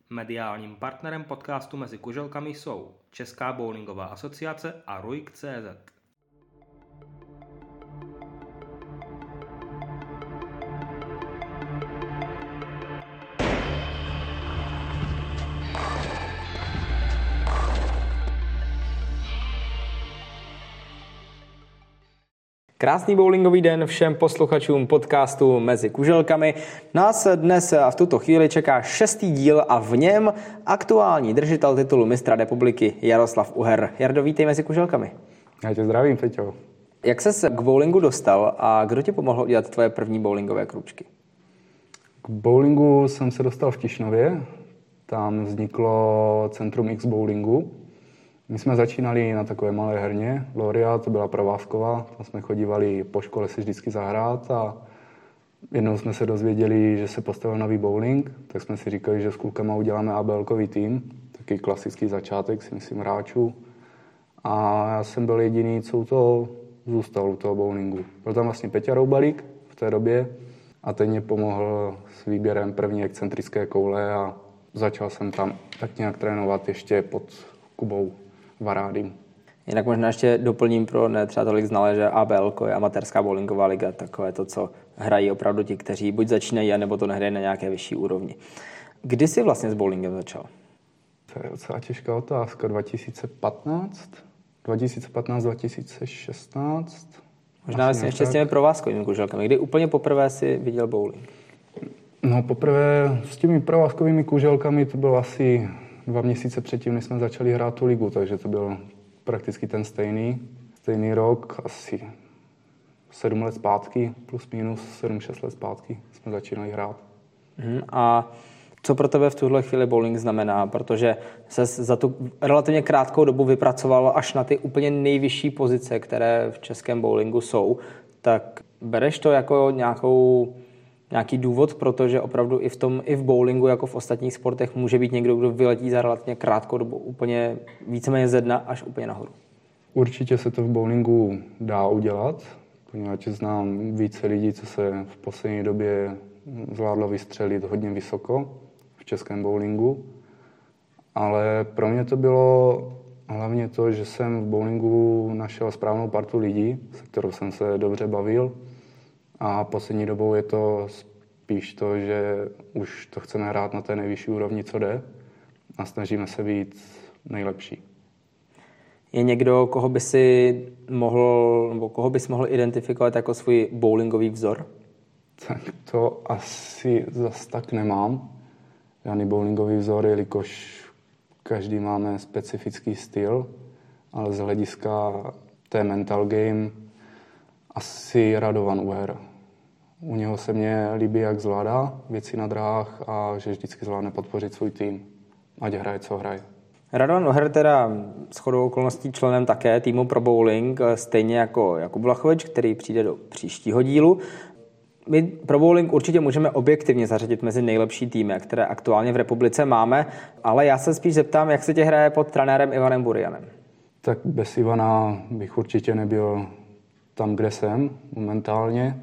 Mediálním partnerem podcastu Mezi kuželkami jsou Česká bowlingová asociace a RUIK.cz. Krásný bowlingový den všem posluchačům podcastu Mezi kuželkami. Nás dnes a v tuto chvíli čeká 6. díl a v něm aktuální držitel titulu mistra republiky Jaroslav Uher. Jardo, vítej Mezi kuželkami. Já tě zdravím, Peťo. Jak ses k bowlingu dostal a kdo ti pomohl udělat tvoje první bowlingové krůčky? K bowlingu jsem se dostal v Tišnově. Tam vzniklo Centrum X bowlingu. My jsme začínali na takové malé herně. Gloria, to byla provázková. Tam jsme chodívali po škole si vždycky zahrát a jednou jsme se dozvěděli, že se postavil nový bowling, tak jsme si říkali, že s klukama uděláme ABL-kový tým. Taky klasický začátek, si myslím, hráčů. A já jsem byl jediný, co to zůstal u toho bowlingu. Byl tam vlastně Peťa Roubalík v té době a ten mě pomohl s výběrem první excentrické koule a začal jsem tam tak nějak trénovat ještě pod Kubou Varádym. Jinak možná ještě doplním pro třeba tolik znalé, že ABL je amatérská bowlingová liga, takové to, co hrají opravdu ti, kteří buď začínají, anebo to nehrají na nějaké vyšší úrovni. Kdy jsi vlastně s bowlingem začal? To je docela těžká otázka. 2015? 2016? Možná vlastně ještě s těmi provázkovými kuželkami. Kdy úplně poprvé si viděl bowling? No poprvé s těmi provázkovými kuželkami to bylo asi 2 měsíce předtím, než jsme začali hrát tu ligu, takže to byl prakticky ten stejný rok, asi 7 let zpátky, plus minus 7-6 let zpátky jsme začínali hrát. A co pro tebe v tuhle chvíli bowling znamená? Protože se za tu relativně krátkou dobu vypracoval až na ty úplně nejvyšší pozice, které v českém bowlingu jsou. Tak bereš to jako nějaký důvod, protože opravdu i v bowlingu, jako v ostatních sportech, může být někdo, kdo vyletí za relativně krátkou dobu úplně víceméně ze dna až úplně nahoru? Určitě se to v bowlingu dá udělat, poněvadž znám více lidí, co se v poslední době zvládlo vystřelit hodně vysoko v českém bowlingu. Ale pro mě to bylo hlavně to, že jsem v bowlingu našel správnou partu lidí, se kterou jsem se dobře bavil. A poslední dobou je to spíš to, že už to chceme hrát na té nejvyšší úrovni, co jde, a snažíme se být nejlepší. Je někdo, koho bys mohl identifikovat jako svůj bowlingový vzor? Tak to asi zas tak nemám. Žádný bowlingový vzor, jelikož každý máme specifický styl, ale z hlediska té mental game asi Radovan Uher. U něho se mně líbí, jak zvládá věci na dráhách a že vždycky zvládne podpořit svůj tým, ať hraje, co hraje. Radovan Uher teda shodou okolností členem také týmu pro bowling, stejně jako Jakub Vlachovič, který přijde do příštího dílu. My pro bowling určitě můžeme objektivně zařadit mezi nejlepší týmy, které aktuálně v republice máme, ale já se spíš zeptám, jak se tě hraje pod trenérem Ivanem Burianem. Tak bez Ivana bych určitě nebyl tam, kde jsem momentálně,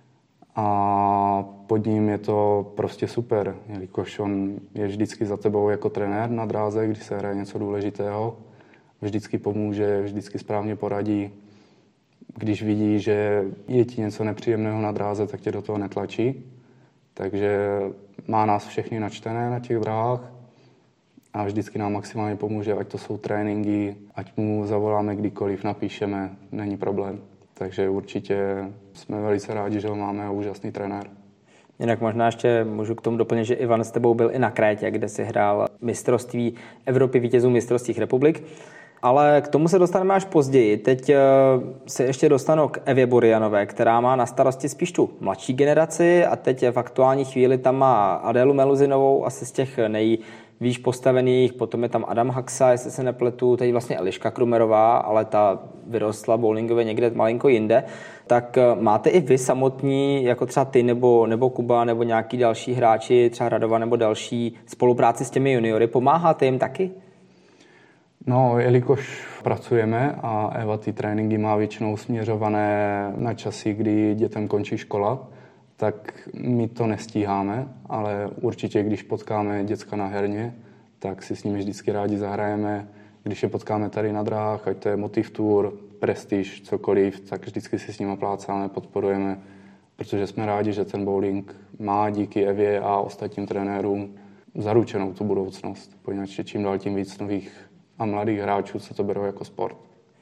a pod ním je to prostě super, jelikož on je vždycky za tebou jako trenér na dráze, když se hraje něco důležitého, vždycky pomůže, vždycky správně poradí. Když vidí, že je ti něco nepříjemného na dráze, tak tě do toho netlačí. Takže má nás všechny načtené na těch dráhách a vždycky nám maximálně pomůže, ať to jsou tréninky, ať mu zavoláme kdykoliv, napíšeme, není problém. Takže určitě jsme velice rádi, že ho máme, a úžasný trenér. Jinak možná ještě můžu k tomu doplnit, že Ivan s tebou byl i na Krétě, kde si hrál mistrovství Evropy vítězů mistrovství republik. Ale k tomu se dostaneme až později. Teď se ještě dostanu k Evě Burianové, která má na starosti spíš tu mladší generaci a teď v aktuální chvíli tam má Adélu Meluzinovou, asi z těch nejvýš postavených, potom je tam Adam Haxa, jestli se nepletu, teď vlastně Eliška Krumerová, ale ta vyrostla bowlingově někde malinko jinde. Tak máte i vy samotní, jako třeba ty nebo Kuba, nebo nějaký další hráči, třeba Radova nebo další, spolupráci s těmi juniory, pomáháte jim taky? No, jelikož pracujeme a Eva ty tréninky má většinou směřované na časy, kdy dětem končí škola, tak my to nestíháme, ale určitě, když potkáme děcka na herně, tak si s nimi vždycky rádi zahrajeme. Když je potkáme tady na dráhách, ať to je Motiv Tour, Prestige, cokoliv, tak vždycky si s nimi plácáme, podporujeme, protože jsme rádi, že ten bowling má díky Evě a ostatním trenérům zaručenou tu budoucnost. Poněvadž čím dál tím víc nových a mladých hráčů, co to berou jako sport.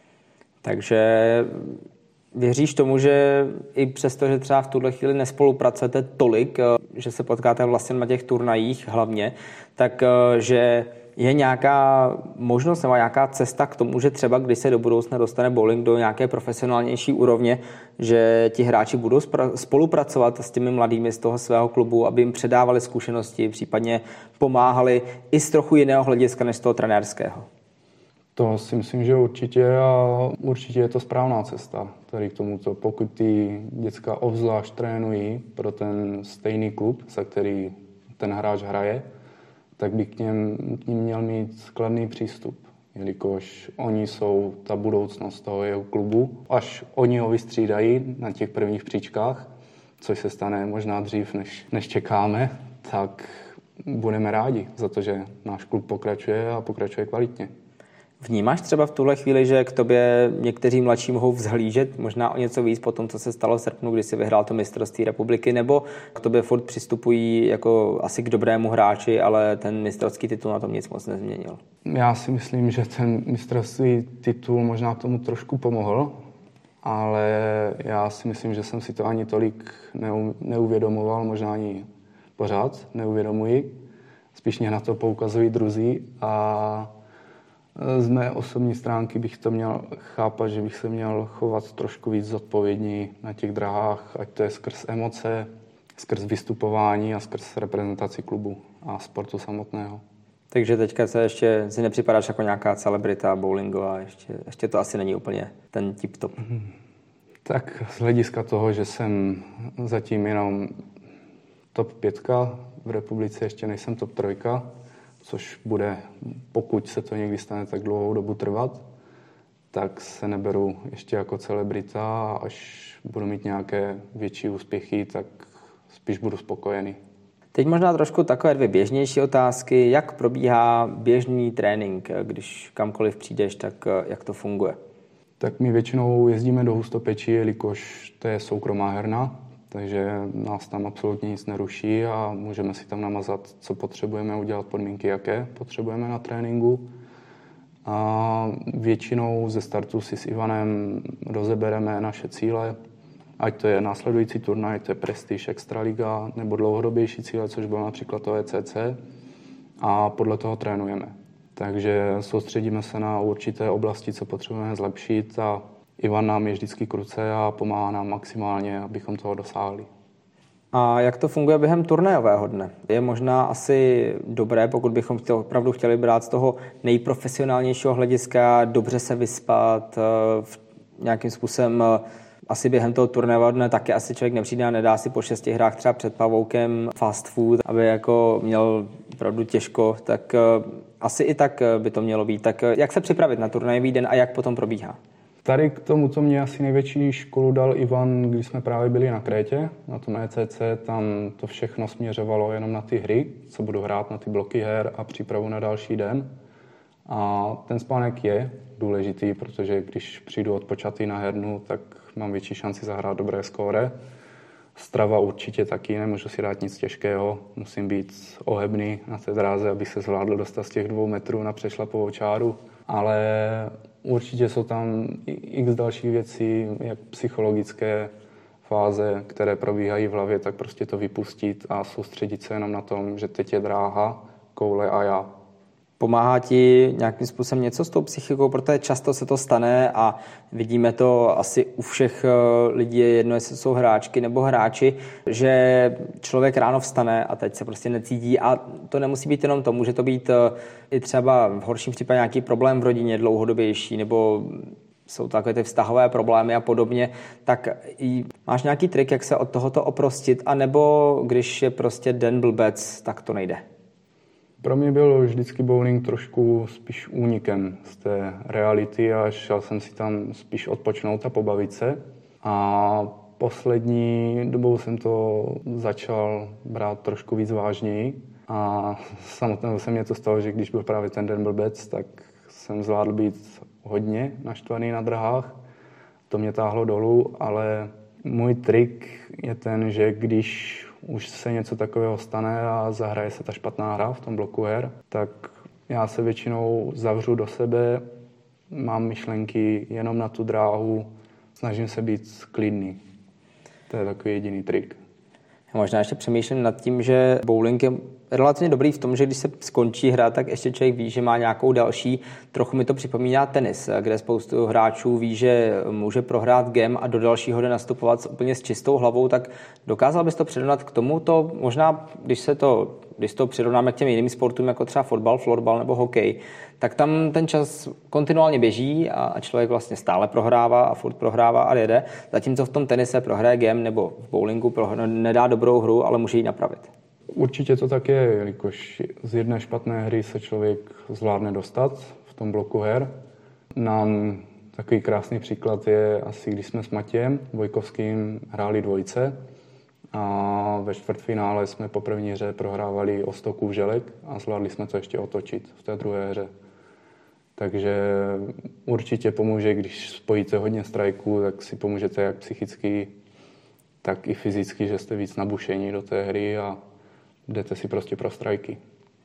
Takže věříš tomu, že i přesto, že třeba v tuhle chvíli nespolupracujete tolik, že se potkáte vlastně na těch turnajích hlavně, tak že je nějaká možnost nebo nějaká cesta k tomu, že třeba když se do budoucna dostane bowling do nějaké profesionálnější úrovně, že ti hráči budou spolupracovat s těmi mladými z toho svého klubu, aby jim předávali zkušenosti, případně pomáhali i z trochu jiného hlediska než z toho trenérského? To si myslím, že určitě a určitě je to správná cesta tady k tomuto. Pokud ty děcka obzvlášť trénují pro ten stejný klub, za který ten hráč hraje, tak by k ním měl mít kladný přístup, jelikož oni jsou ta budoucnost toho jeho klubu. Až oni ho vystřídají na těch prvních příčkách, což se stane možná dřív, než čekáme, tak budeme rádi za to, že náš klub pokračuje a pokračuje kvalitně. Vnímáš třeba v tuhle chvíli, že k tobě někteří mladší mohou vzhlížet možná o něco víc po tom, co se stalo v srpnu, kdy jsi vyhrál to mistrovství republiky, nebo k tobě furt přistupují jako asi k dobrému hráči, ale ten mistrovský titul na tom nic moc nezměnil? Já si myslím, že ten mistrovství titul možná k tomu trošku pomohl, ale já si myslím, že jsem si to ani tolik neuvědomoval, možná ani pořád neuvědomuji. Spíš mě na to poukazují druzí a z mé osobní stránky bych to měl chápat, že bych se měl chovat trošku víc zodpovědní na těch drahách, ať to je skrz emoce, skrz vystupování a skrz reprezentaci klubu a sportu samotného. Takže teďka se ještě si nepřipadáš jako nějaká celebrita bowlingová, ještě to asi není úplně ten tip-top. Tak z hlediska toho, že jsem zatím jenom top 5 v republice, ještě nejsem top 3, což bude, pokud se to někdy stane, tak dlouhou dobu trvat, tak se neberu ještě jako celebrita, až budu mít nějaké větší úspěchy, tak spíš budu spokojený. Teď možná trošku takové dvě běžnější otázky. Jak probíhá běžný trénink, když kamkoliv přijdeš, tak jak to funguje? Tak my většinou jezdíme do Hustopečí, jelikož to je soukromá herna, takže nás tam absolutně nic neruší a můžeme si tam namazat, co potřebujeme udělat, podmínky, jaké potřebujeme na tréninku. A většinou ze startu si s Ivanem rozebereme naše cíle, ať to je následující turnaj, to je Prestige, Extraliga, nebo dlouhodobější cíle, což bylo například to ECC, a podle toho trénujeme. Takže soustředíme se na určité oblasti, co potřebujeme zlepšit a Ivan nám je vždycky k ruce a pomáhá nám maximálně, abychom toho dosáhli. A jak to funguje během turnajového dne? Je možná asi dobré, pokud bychom opravdu chtěli brát z toho nejprofesionálnějšího hlediska, dobře se vyspat, nějakým způsobem asi během toho turnajového dne taky asi člověk nepřijde a nedá si po 6 hrách třeba před pavoukem fast food, aby jako měl opravdu těžko, tak asi i tak by to mělo být. Tak jak se připravit na turnajový den a jak potom probíhá? Tady k tomu, co mě asi největší školu dal Ivan, když jsme právě byli na Krétě, na tom ECC, tam to všechno směřovalo jenom na ty hry, co budu hrát, na ty bloky her a přípravu na další den. A ten spánek je důležitý, protože když přijdu odpočatý na hernu, tak mám větší šanci zahrát dobré skóre. Strava určitě taky, nemůžu si dát nic těžkého, musím být ohebný na té dráze, abych se zvládl dostat z těch 2 metrů na přešlapovou čáru. Ale určitě jsou tam x dalších věcí, jak psychologické fáze, které probíhají v hlavě, tak prostě to vypustit a soustředit se jenom na tom, že teď je dráha, koule a já. Pomáhá ti nějakým způsobem něco s tou psychikou, protože často se to stane a vidíme to asi u všech lidí, je jedno, jestli jsou hráčky nebo hráči, že člověk ráno vstane a teď se prostě necítí a to nemusí být jenom to, může to být i třeba v horším případě nějaký problém v rodině dlouhodobější nebo jsou takové ty vztahové problémy a podobně, tak máš nějaký trik, jak se od tohoto oprostit, anebo když je prostě den blbec, tak to nejde? Pro mě byl vždycky bowling trošku spíš únikem z té reality a šel jsem si tam spíš odpočnout a pobavit se. A poslední dobou jsem to začal brát trošku víc vážněji a samotného se mě to stalo, že když byl právě ten den blbec, tak jsem zvládl být hodně naštvaný na dráhách. To mě táhlo dolů, ale můj trik je ten, že když už se něco takového stane a zahraje se ta špatná hra v tom bloku her, tak já se většinou zavřu do sebe, mám myšlenky jenom na tu dráhu, snažím se být klidný. To je takový jediný trik. Já možná ještě přemýšlím nad tím, že bowling je relativně dobrý v tom, že když se skončí hra, tak ještě člověk ví, že má nějakou další. Trochu mi to připomíná tenis, kde spoustu hráčů ví, že může prohrát game a do dalšího jde nastupovat úplně s čistou hlavou, tak dokázal bys to přirovnat k tomu? To možná, když to přirovnáme k těm jiným sportům, jako třeba fotbal, florbal nebo hokej, tak tam ten čas kontinuálně běží a člověk vlastně stále prohrává a furt prohrává a jede. Zatímco v tom tenise prohraje game nebo v bowlingu nedá dobrou hru, ale může ji napravit. Určitě to tak je, jelikož z jedné špatné hry se člověk zvládne dostat v tom bloku her. Nám takový krásný příklad je asi, když jsme s Matějem Vojkovským hráli dvojce a ve čtvrtfinále jsme po první hře prohrávali o 100 kůželek a zvládli jsme to ještě otočit v té druhé hře. Takže určitě pomůže, když spojíte hodně strajků, tak si pomůžete jak psychicky, tak i fyzicky, že jste víc nabušení do té hry a jdete si prostě pro strajky.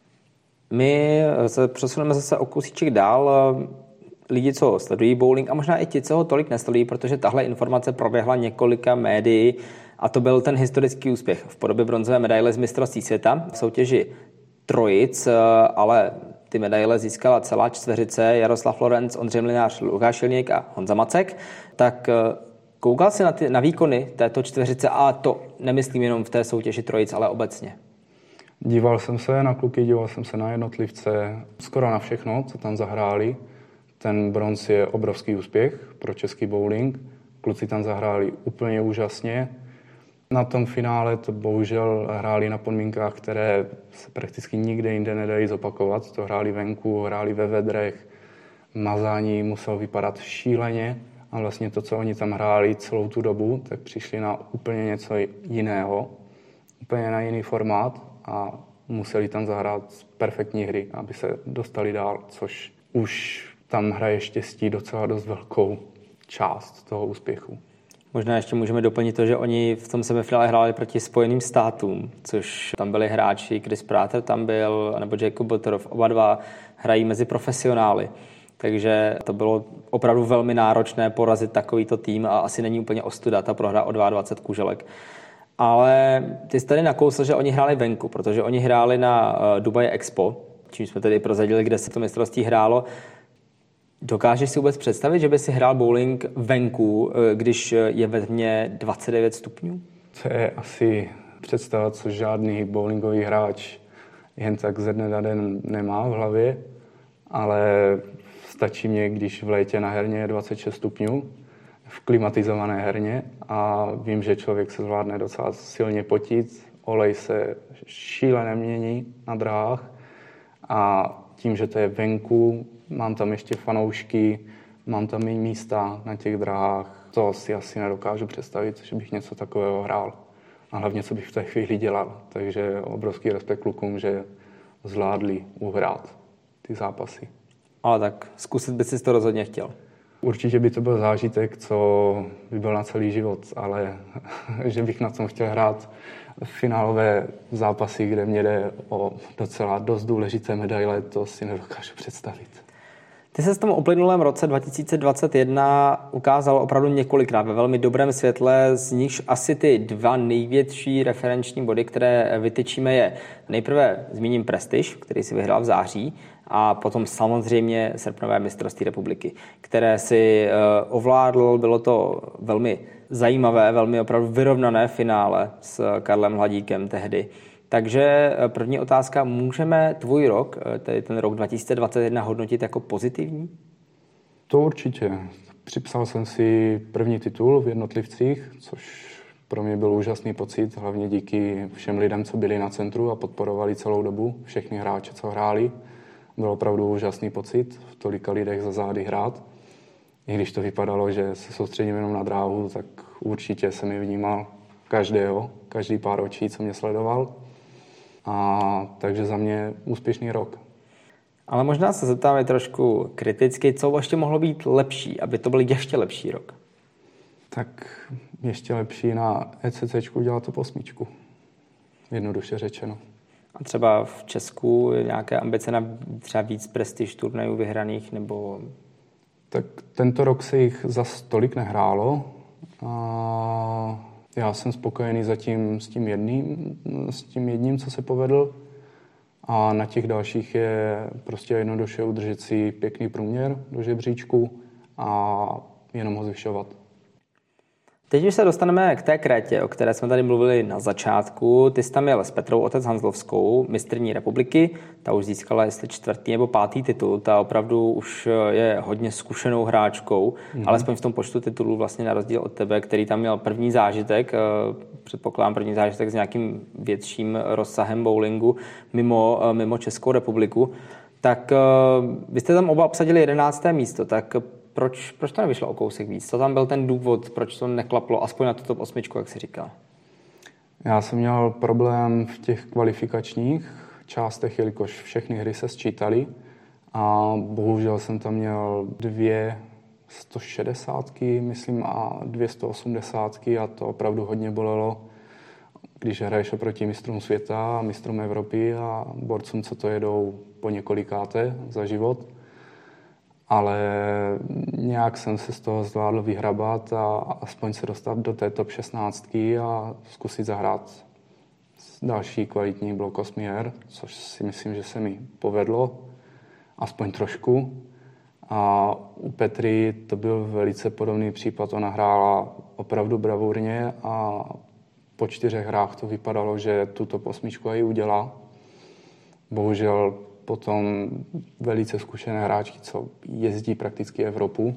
My se přesuneme zase o kousíček dál. Lidi, co sledují bowling a možná i ti, co ho tolik nesledují, protože tahle informace proběhla několika médií a to byl ten historický úspěch v podobě bronzové medaile z mistrovství světa v soutěži trojic, ale ty medaile získala celá čtveřice Jaroslav Lorenc, Ondřej Mlynář, Lukáš Jelínek a Honza Macek. Tak koukal jsi na výkony této čtveřice a to nemyslím jenom v té soutěži trojic, ale obecně? Díval jsem se na kluky, díval jsem se na jednotlivce, skoro na všechno, co tam zahráli. Ten bronz je obrovský úspěch pro český bowling. Kluci tam zahráli úplně úžasně. Na tom finále to bohužel hráli na podmínkách, které se prakticky nikde jinde nedají zopakovat. To hráli venku, hráli ve vedrech. Mazání muselo vypadat šíleně a vlastně to, co oni tam hráli celou tu dobu, tak přišli na úplně něco jiného, úplně na jiný formát a museli tam zahrát perfektní hry, aby se dostali dál, což už tam hraje štěstí docela dost velkou část toho úspěchu. Možná ještě můžeme doplnit to, že oni v tom semifinále hráli proti Spojeným státům, což tam byli hráči, Chris Prater tam byl, nebo Jacob Butterov, oba dva hrají mezi profesionály. Takže to bylo opravdu velmi náročné porazit takovýto tým a asi není úplně ostuda ta prohra o 22 kůželek. Ale ty jsi tady nakousl, že oni hráli venku, protože oni hráli na Dubai Expo, čím jsme tedy prozradili, kde se to mistrovství hrálo. Dokážeš si vůbec představit, že by si hrál bowling venku, když je ve tmě 29 stupňů? To je asi představa, co žádný bowlingový hráč jen tak ze dne na den nemá v hlavě, ale stačí mě, když v létě na herně je 26 stupňů, v klimatizované herně a vím, že člověk se zvládne docela silně potit, olej se šíleně mění na dráhách a tím, že to je venku, mám tam ještě fanoušky, mám tam i místa na těch dráhách, to si asi nedokážu představit, že bych něco takového hrál a hlavně, co bych v té chvíli dělal. Takže obrovský respekt klukům, že zvládli uhrát ty zápasy. Ale tak zkusit by si to rozhodně chtěl. Určitě by to byl zážitek, co by byl na celý život, ale že bych na tom chtěl hrát finálové zápasy, kde mě jde o docela dost důležité medaile, to si nedokážu představit. Ty se v tom uplynulém roce 2021 ukázal opravdu několikrát ve velmi dobrém světle, z nichž asi ty dva největší referenční body, které vytyčíme, je nejprve zmíním prestiž, který si vyhrál v září, a potom samozřejmě srpnové mistrovství republiky, které si ovládl. Bylo to velmi zajímavé, velmi opravdu vyrovnané finále s Karlem Hladíkem tehdy. Takže první otázka, můžeme tvůj rok, tedy ten rok 2021, hodnotit jako pozitivní? To určitě. Připsal jsem si první titul v jednotlivcích, což pro mě byl úžasný pocit, hlavně díky všem lidem, co byli na centru a podporovali celou dobu, všechny hráče, co hráli. Byl opravdu úžasný pocit v tolika lidech za zády hrát. I když to vypadalo, že se soustředím jenom na dráhu, tak určitě jsem ji vnímal každý pár očí, co mě sledoval. A takže za mě úspěšný rok. Ale možná se zeptám i trošku kriticky, co ještě mohlo být lepší, aby to byl ještě lepší rok? Tak ještě lepší na ECCčku udělat to 8. Jednoduše řečeno. A třeba v Česku nějaké ambice na třeba víc prestiž turnajů vyhraných, nebo... Tak tento rok se jich zas tolik nehrálo. A já jsem spokojený zatím s tím jedním, co se povedl. A na těch dalších je prostě jednoduše udržet si pěkný průměr do žebříčku a jenom ho zvyšovat. Teď už se dostaneme k té Krétě, o které jsme tady mluvili na začátku. Ty jsi tam jel s Petrou Otec Hanzlovskou, mistryní republiky. Ta už získala jestli 4. nebo 5. titul. Ta opravdu už je hodně zkušenou hráčkou, alespoň v tom počtu titulů vlastně na rozdíl od tebe, který tam měl první zážitek, předpokládám první zážitek s nějakým větším rozsahem bowlingu mimo Českou republiku. Tak vy jste tam oba obsadili 11. místo, tak proč to nevyšlo o kousek víc? Co tam byl ten důvod, proč to neklaplo, aspoň na tu top 8, jak jsi říkal? Já jsem měl problém v těch kvalifikačních částech, jelikož všechny hry se sčítaly a bohužel jsem tam měl 2 160, myslím, a 2 180 a to opravdu hodně bolelo, když hraješ oproti mistrům světa, mistrům Evropy a borcům, co to jedou po několikáté za život. Ale nějak jsem se z toho zvládl vyhrabat a aspoň se dostat do té top 16 a zkusit zahrát další kvalitní blok 8 her, což si myslím, že se mi povedlo, aspoň trošku. A u Petry to byl velice podobný případ, ona hrála opravdu bravurně a po 4 hrách to vypadalo, že tu top 8 i udělá. Bohužel potom velice zkušené hráčky, co jezdí prakticky Evropu,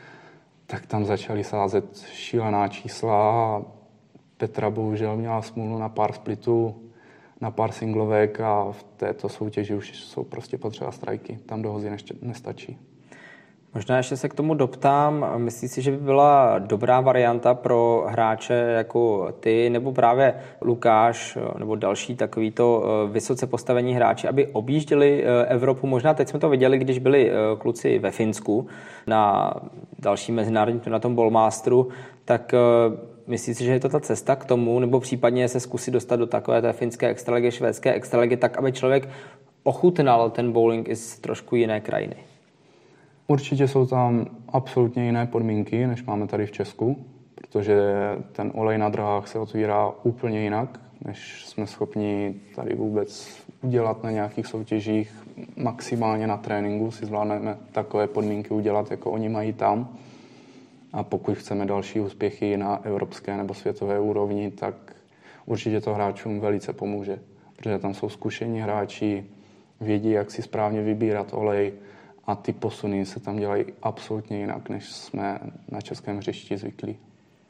tak tam začali sázet šílená čísla a Petra bohužel měla smůlu na pár splitů, na pár singlovek a v této soutěži už jsou prostě potřeba strajky. Tam do hozy nestačí. Možná ještě se k tomu doptám. Myslíš si, že by byla dobrá varianta pro hráče jako ty, nebo právě Lukáš, nebo další takovýto vysoce postavení hráči, aby objížděli Evropu? Možná teď jsme to viděli, když byli kluci ve Finsku na další mezinárodní na tom Bowlmasteru, tak myslíš si, že je to ta cesta k tomu, nebo případně se zkusit dostat do takové té finské extraligy, švédské extraligy, tak aby člověk ochutnal ten bowling i z trošku jiné krajiny? Určitě jsou tam absolutně jiné podmínky, než máme tady v Česku, protože ten olej na dráhách se otvírá úplně jinak, než jsme schopni tady vůbec udělat na nějakých soutěžích. Maximálně na tréninku si zvládneme takové podmínky udělat, jako oni mají tam. A pokud chceme další úspěchy na evropské nebo světové úrovni, tak určitě to hráčům velice pomůže, protože tam jsou zkušení hráči, vědí, jak si správně vybírat olej, a ty posuny se tam dělají absolutně jinak, než jsme na českém hřišti zvyklí.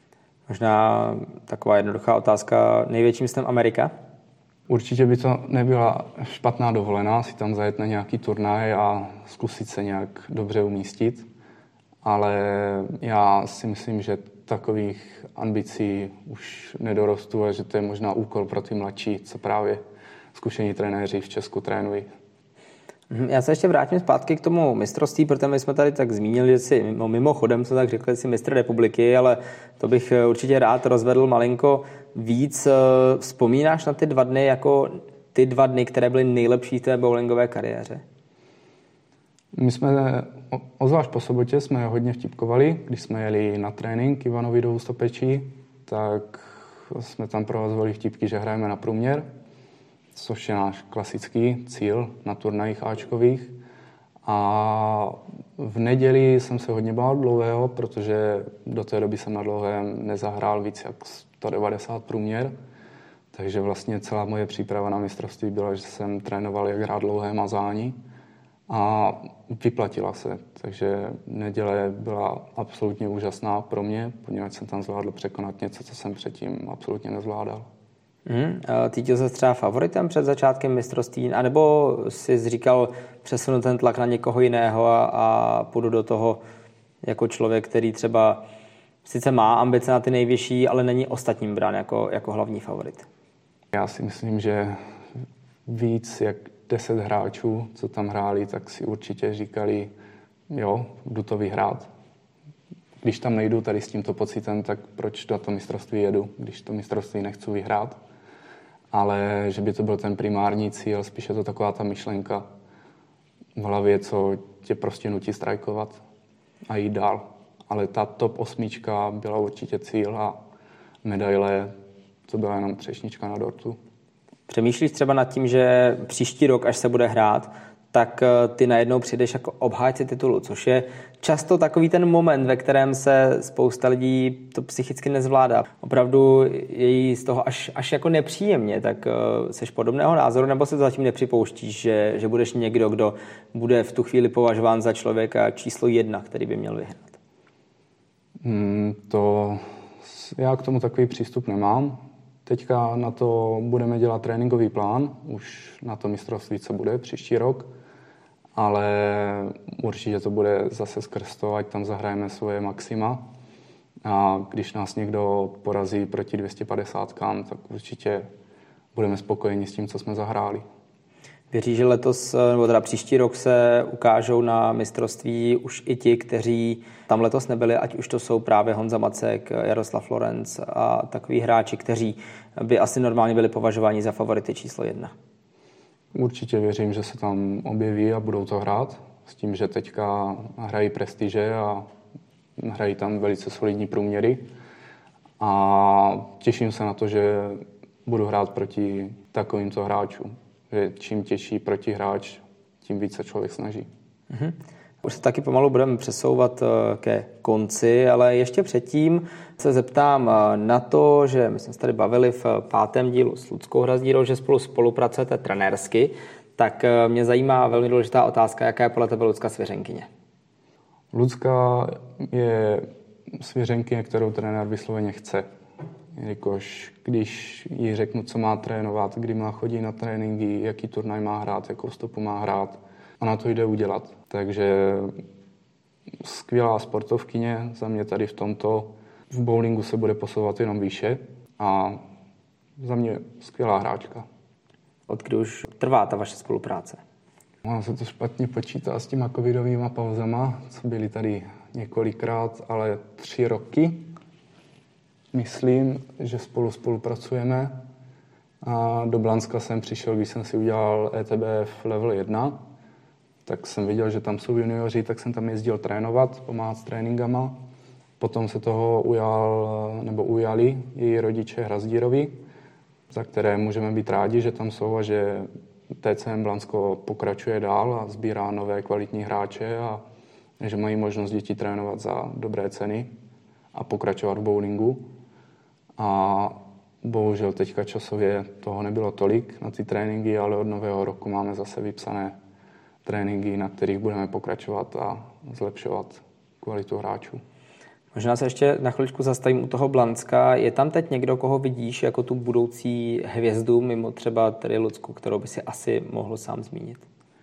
Možná taková jednoduchá otázka. Největší mistrem Amerika? Určitě by to nebyla špatná dovolená si tam zajet na nějaký turnaj a zkusit se nějak dobře umístit. Ale já si myslím, že takových ambicí už nedorostu a že to je možná úkol pro ty mladší, co právě zkušení trenéři v Česku trénují. Já se ještě vrátím zpátky k tomu mistrovství, protože my jsme tady tak zmínili, že si mimochodem jsme tak řekli, že si mistr republiky, ale to bych určitě rád rozvedl malinko víc. Vzpomínáš na ty 2 dny jako ty 2 dny, které byly nejlepší v té bowlingové kariéře? My jsme, ozvlášť po sobotě, jsme hodně vtipkovali. Když jsme jeli na trénink Ivanovi do Hustopečí, tak jsme tam provozovali vtipky, že hrajeme na průměr, což je náš klasický cíl na turnajích áčkových. A v neděli jsem se hodně bál dlouhého, protože do té doby jsem na dlouhém nezahrál víc jak 190 průměr. Takže vlastně celá moje příprava na mistrovství byla, že jsem trénoval, jak hrát dlouhé mazání. A vyplatila se. Takže neděle byla absolutně úžasná pro mě, poněvadž jsem tam zvládl překonat něco, co jsem předtím absolutně nezvládal. Cítil jsi třeba favoritem před začátkem mistrovství, anebo jsi říkal, přesunu ten tlak na někoho jiného a půjdu do toho jako člověk, který třeba sice má ambice na ty nejvyšší, ale není ostatním brán jako hlavní favorit? Já si myslím, že víc jak 10 hráčů, co tam hráli, tak si určitě říkali, jo, jdu to vyhrát. Když tam nejdu tady s tímto pocitem, tak proč na to mistrovství jedu, když to mistrovství nechci vyhrát. Ale že by to byl ten primární cíl, spíš je to taková ta myšlenka v hlavě, co tě prostě nutí strajkovat a jít dál. Ale ta top 8 byla určitě cíl a medaile, to byla jenom třešnička na dortu. Přemýšlíš třeba nad tím, že příští rok, až se bude hrát, tak ty najednou přijdeš jako obhájce titulu, což je často takový ten moment, ve kterém se spousta lidí to psychicky nezvládá. Opravdu je jí z toho až jako nepříjemně, tak seš podobného názoru, nebo se zatím nepřipouštíš, že budeš někdo, kdo bude v tu chvíli považován za člověka číslo 1, který by měl vyhrát? Já k tomu takový přístup nemám. Teďka na to budeme dělat tréninkový plán, už na to mistrovství, co bude příští rok, ale určitě to bude zase skrz to, ať tam zahrajeme svoje maxima. A když nás někdo porazí proti 250, tak určitě budeme spokojeni s tím, co jsme zahráli. Věříš, že letos, nebo teda příští rok se ukážou na mistrovství už i ti, kteří tam letos nebyli, ať už to jsou právě Honza Macek, Jaroslav Florenc a takový hráči, kteří by asi normálně byli považováni za favority číslo 1? Určitě věřím, že se tam objeví a budou to hrát. S tím, že teďka hrají prestiže a hrají tam velice solidní průměry. A těším se na to, že budu hrát proti takovýmto hráčům. Že čím těžší protihráč, tím více člověk snaží. Mhm. Už se taky pomalu budeme přesouvat ke konci, ale ještě předtím se zeptám na to, že my jsme se tady bavili v 5. dílu s Luckou Hrazdírou, že spolupracujete trenérsky, tak mě zajímá velmi důležitá otázka, jaká je podle tebe Lucka svěřenkyně? Lucka je svěřenkyně, kterou trenér vysloveně chce. Jelikož když jí řeknu, co má trénovat, kdy má chodit na tréninky, jaký turnaj má hrát, jakou stopu má hrát, ona to jde udělat. Takže skvělá sportovkyně za mě tady v tomto. V bowlingu se bude posouvat jenom výše a za mě skvělá hráčka. Odkdy už trvá ta vaše spolupráce? Ono se to špatně počítá s těma covidovýma pauzama, co byly tady několikrát, ale 3 roky. Myslím, že spolupracujeme. A do Blanska jsem přišel, když jsem si udělal ETBF level 1, tak jsem viděl, že tam jsou junioři, tak jsem tam jezdil trénovat, pomáhat s tréninkama. Potom se toho ujali její rodiče Hrazdírovi, za které můžeme být rádi, že tam jsou a že TCM Blansko pokračuje dál a sbírá nové kvalitní hráče a že mají možnost děti trénovat za dobré ceny a pokračovat v bowlingu. A bohužel teďka časově toho nebylo tolik na ty tréninky, ale od nového roku máme zase vypsané tréninky, na kterých budeme pokračovat a zlepšovat kvalitu hráčů. Možná se ještě na chviličku zastavím u toho Blanska. Je tam teď někdo, koho vidíš jako tu budoucí hvězdu, mimo třeba tedy Lucku, kterou by si asi mohl sám zmínit?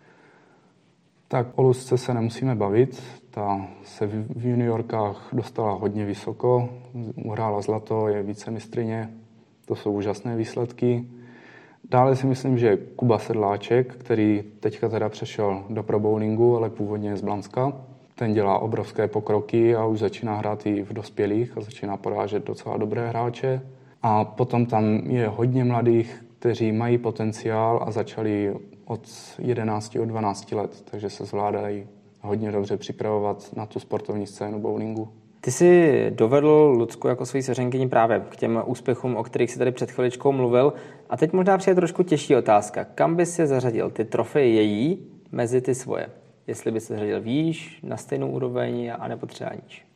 Tak o Lucce se nemusíme bavit. Ta se v juniorkách dostala hodně vysoko, uhrála zlato, je vicemistryně. To jsou úžasné výsledky. Dále si myslím, že Kuba Sedláček, který teďka teda přešel do pro bowlingu, ale původně je z Blanska. Ten dělá obrovské pokroky a už začíná hrát i v dospělých a začíná porážet docela dobré hráče. A potom tam je hodně mladých, kteří mají potenciál a začali od 11, od 12 let, takže se zvládají hodně dobře připravovat na tu sportovní scénu bowlingu. Ty jsi dovedl Lucku jako svoji svěřenkyni právě k těm úspěchům, o kterých jsi tady před chviličkou mluvil. A teď možná přijde trošku těžší otázka. Kam bys je zařadil ty trofeje její mezi ty svoje? Jestli bys se zařadil výš, na stejnou úroveň, anebo třeba níž?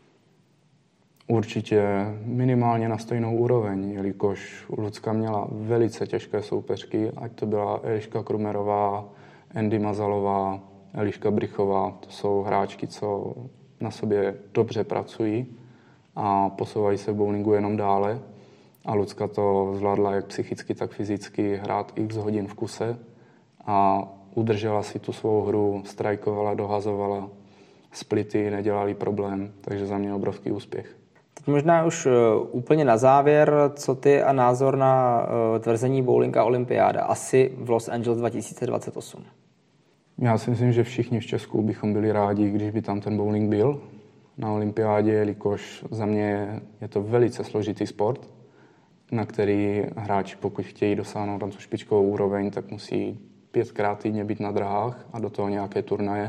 Určitě minimálně na stejnou úroveň, jelikož Lucka měla velice těžké soupeřky, ať to byla Eliška Krumerová, Andy Mazalová, Eliška Brychová. To jsou hráčky, co na sobě dobře pracují a posouvají se v bowlingu jenom dále. A Lucka to zvládla jak psychicky, tak fyzicky hrát x hodin v kuse a udržela si tu svou hru, strajkovala, dohazovala splity nedělali problém, takže za mě obrovský úspěch. Teď možná už úplně na závěr, co ty a názor na tvrzení bowling a olympiáda asi v Los Angeles 2028? Já si myslím, že všichni v Česku bychom byli rádi, když by tam ten bowling byl na olympiádě, jelikož za mě je to velice složitý sport, na který hráči, pokud chtějí dosáhnout tam tu špičkovou úroveň, tak musí 5krát týdně být na drahách a do toho nějaké turnaje.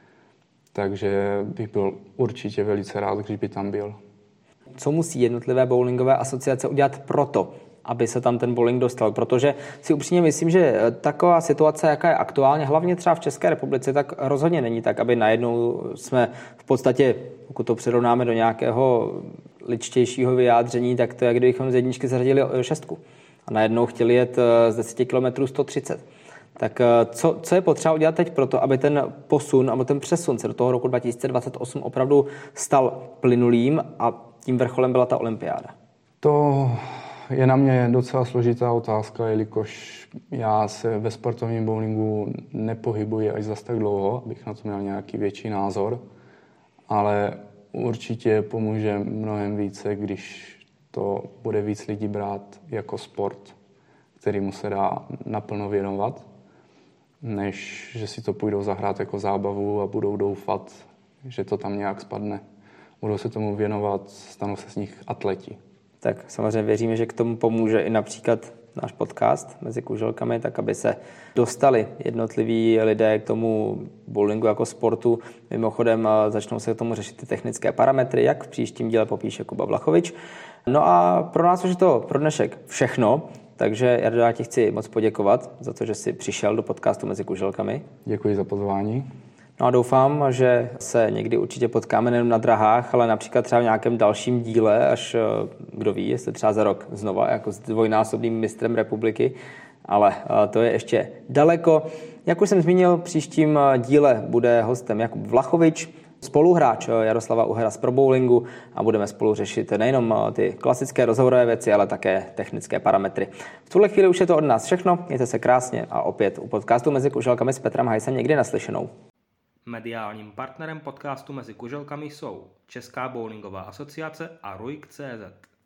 Takže bych byl určitě velice rád, když by tam byl. Co musí jednotlivé bowlingové asociace udělat proto, aby se tam ten bowling dostal? Protože si upřímně myslím, že taková situace, jaká je aktuálně, hlavně třeba v České republice, tak rozhodně není tak, aby najednou jsme v podstatě, pokud to přirovnáme do nějakého ličtějšího vyjádření, tak to je, kdybychom z jedničky zařadili 6 a najednou chtěli jet z 10 km 130. Tak co je potřeba udělat teď pro to, aby ten posun, nebo ten přesun se do toho roku 2028 opravdu stal plynulým a tím vrcholem byla ta olympiáda? To je na mě docela složitá otázka, jelikož já se ve sportovním bowlingu nepohybuji až zas tak dlouho, abych na to měl nějaký větší názor, ale určitě pomůže mnohem více, když to bude víc lidí brát jako sport, kterýmu se dá naplno věnovat, než že si to půjdou zahrát jako zábavu a budou doufat, že to tam nějak spadne. Budou se tomu věnovat, stanou se z nich atleti. Tak samozřejmě věříme, že k tomu pomůže i například náš podcast Mezi kuželkami, tak aby se dostali jednotliví lidé k tomu bowlingu jako sportu. Mimochodem začnou se k tomu řešit ty technické parametry, jak v příštím díle popíše Kuba Vlachovič. No a pro nás už je to pro dnešek všechno, takže já ti chci moc poděkovat za to, že jsi přišel do podcastu Mezi kuželkami. Děkuji za pozvání. No a doufám, že se někdy určitě potkáme nejen na drahách, ale například třeba v nějakém dalším díle, až kdo ví, jestli třeba za rok znova, jako s dvojnásobným mistrem republiky, ale to je ještě daleko. Jak už jsem zmínil, v příštím díle bude hostem Jakub Vlachovič, spoluhráč Jaroslava Uhera z Pro Bowlingu a budeme spolu řešit nejenom ty klasické rozhovorové věci, ale také technické parametry. V tuhle chvíli už je to od nás všechno, mějte se krásně a opět u podcastu Mezi kuželkami s Petrem Hajsem někdy naslyšenou. Mediálním partnerem podcastu Mezi kuželkami jsou Česká bowlingová asociace a RUIK.cz.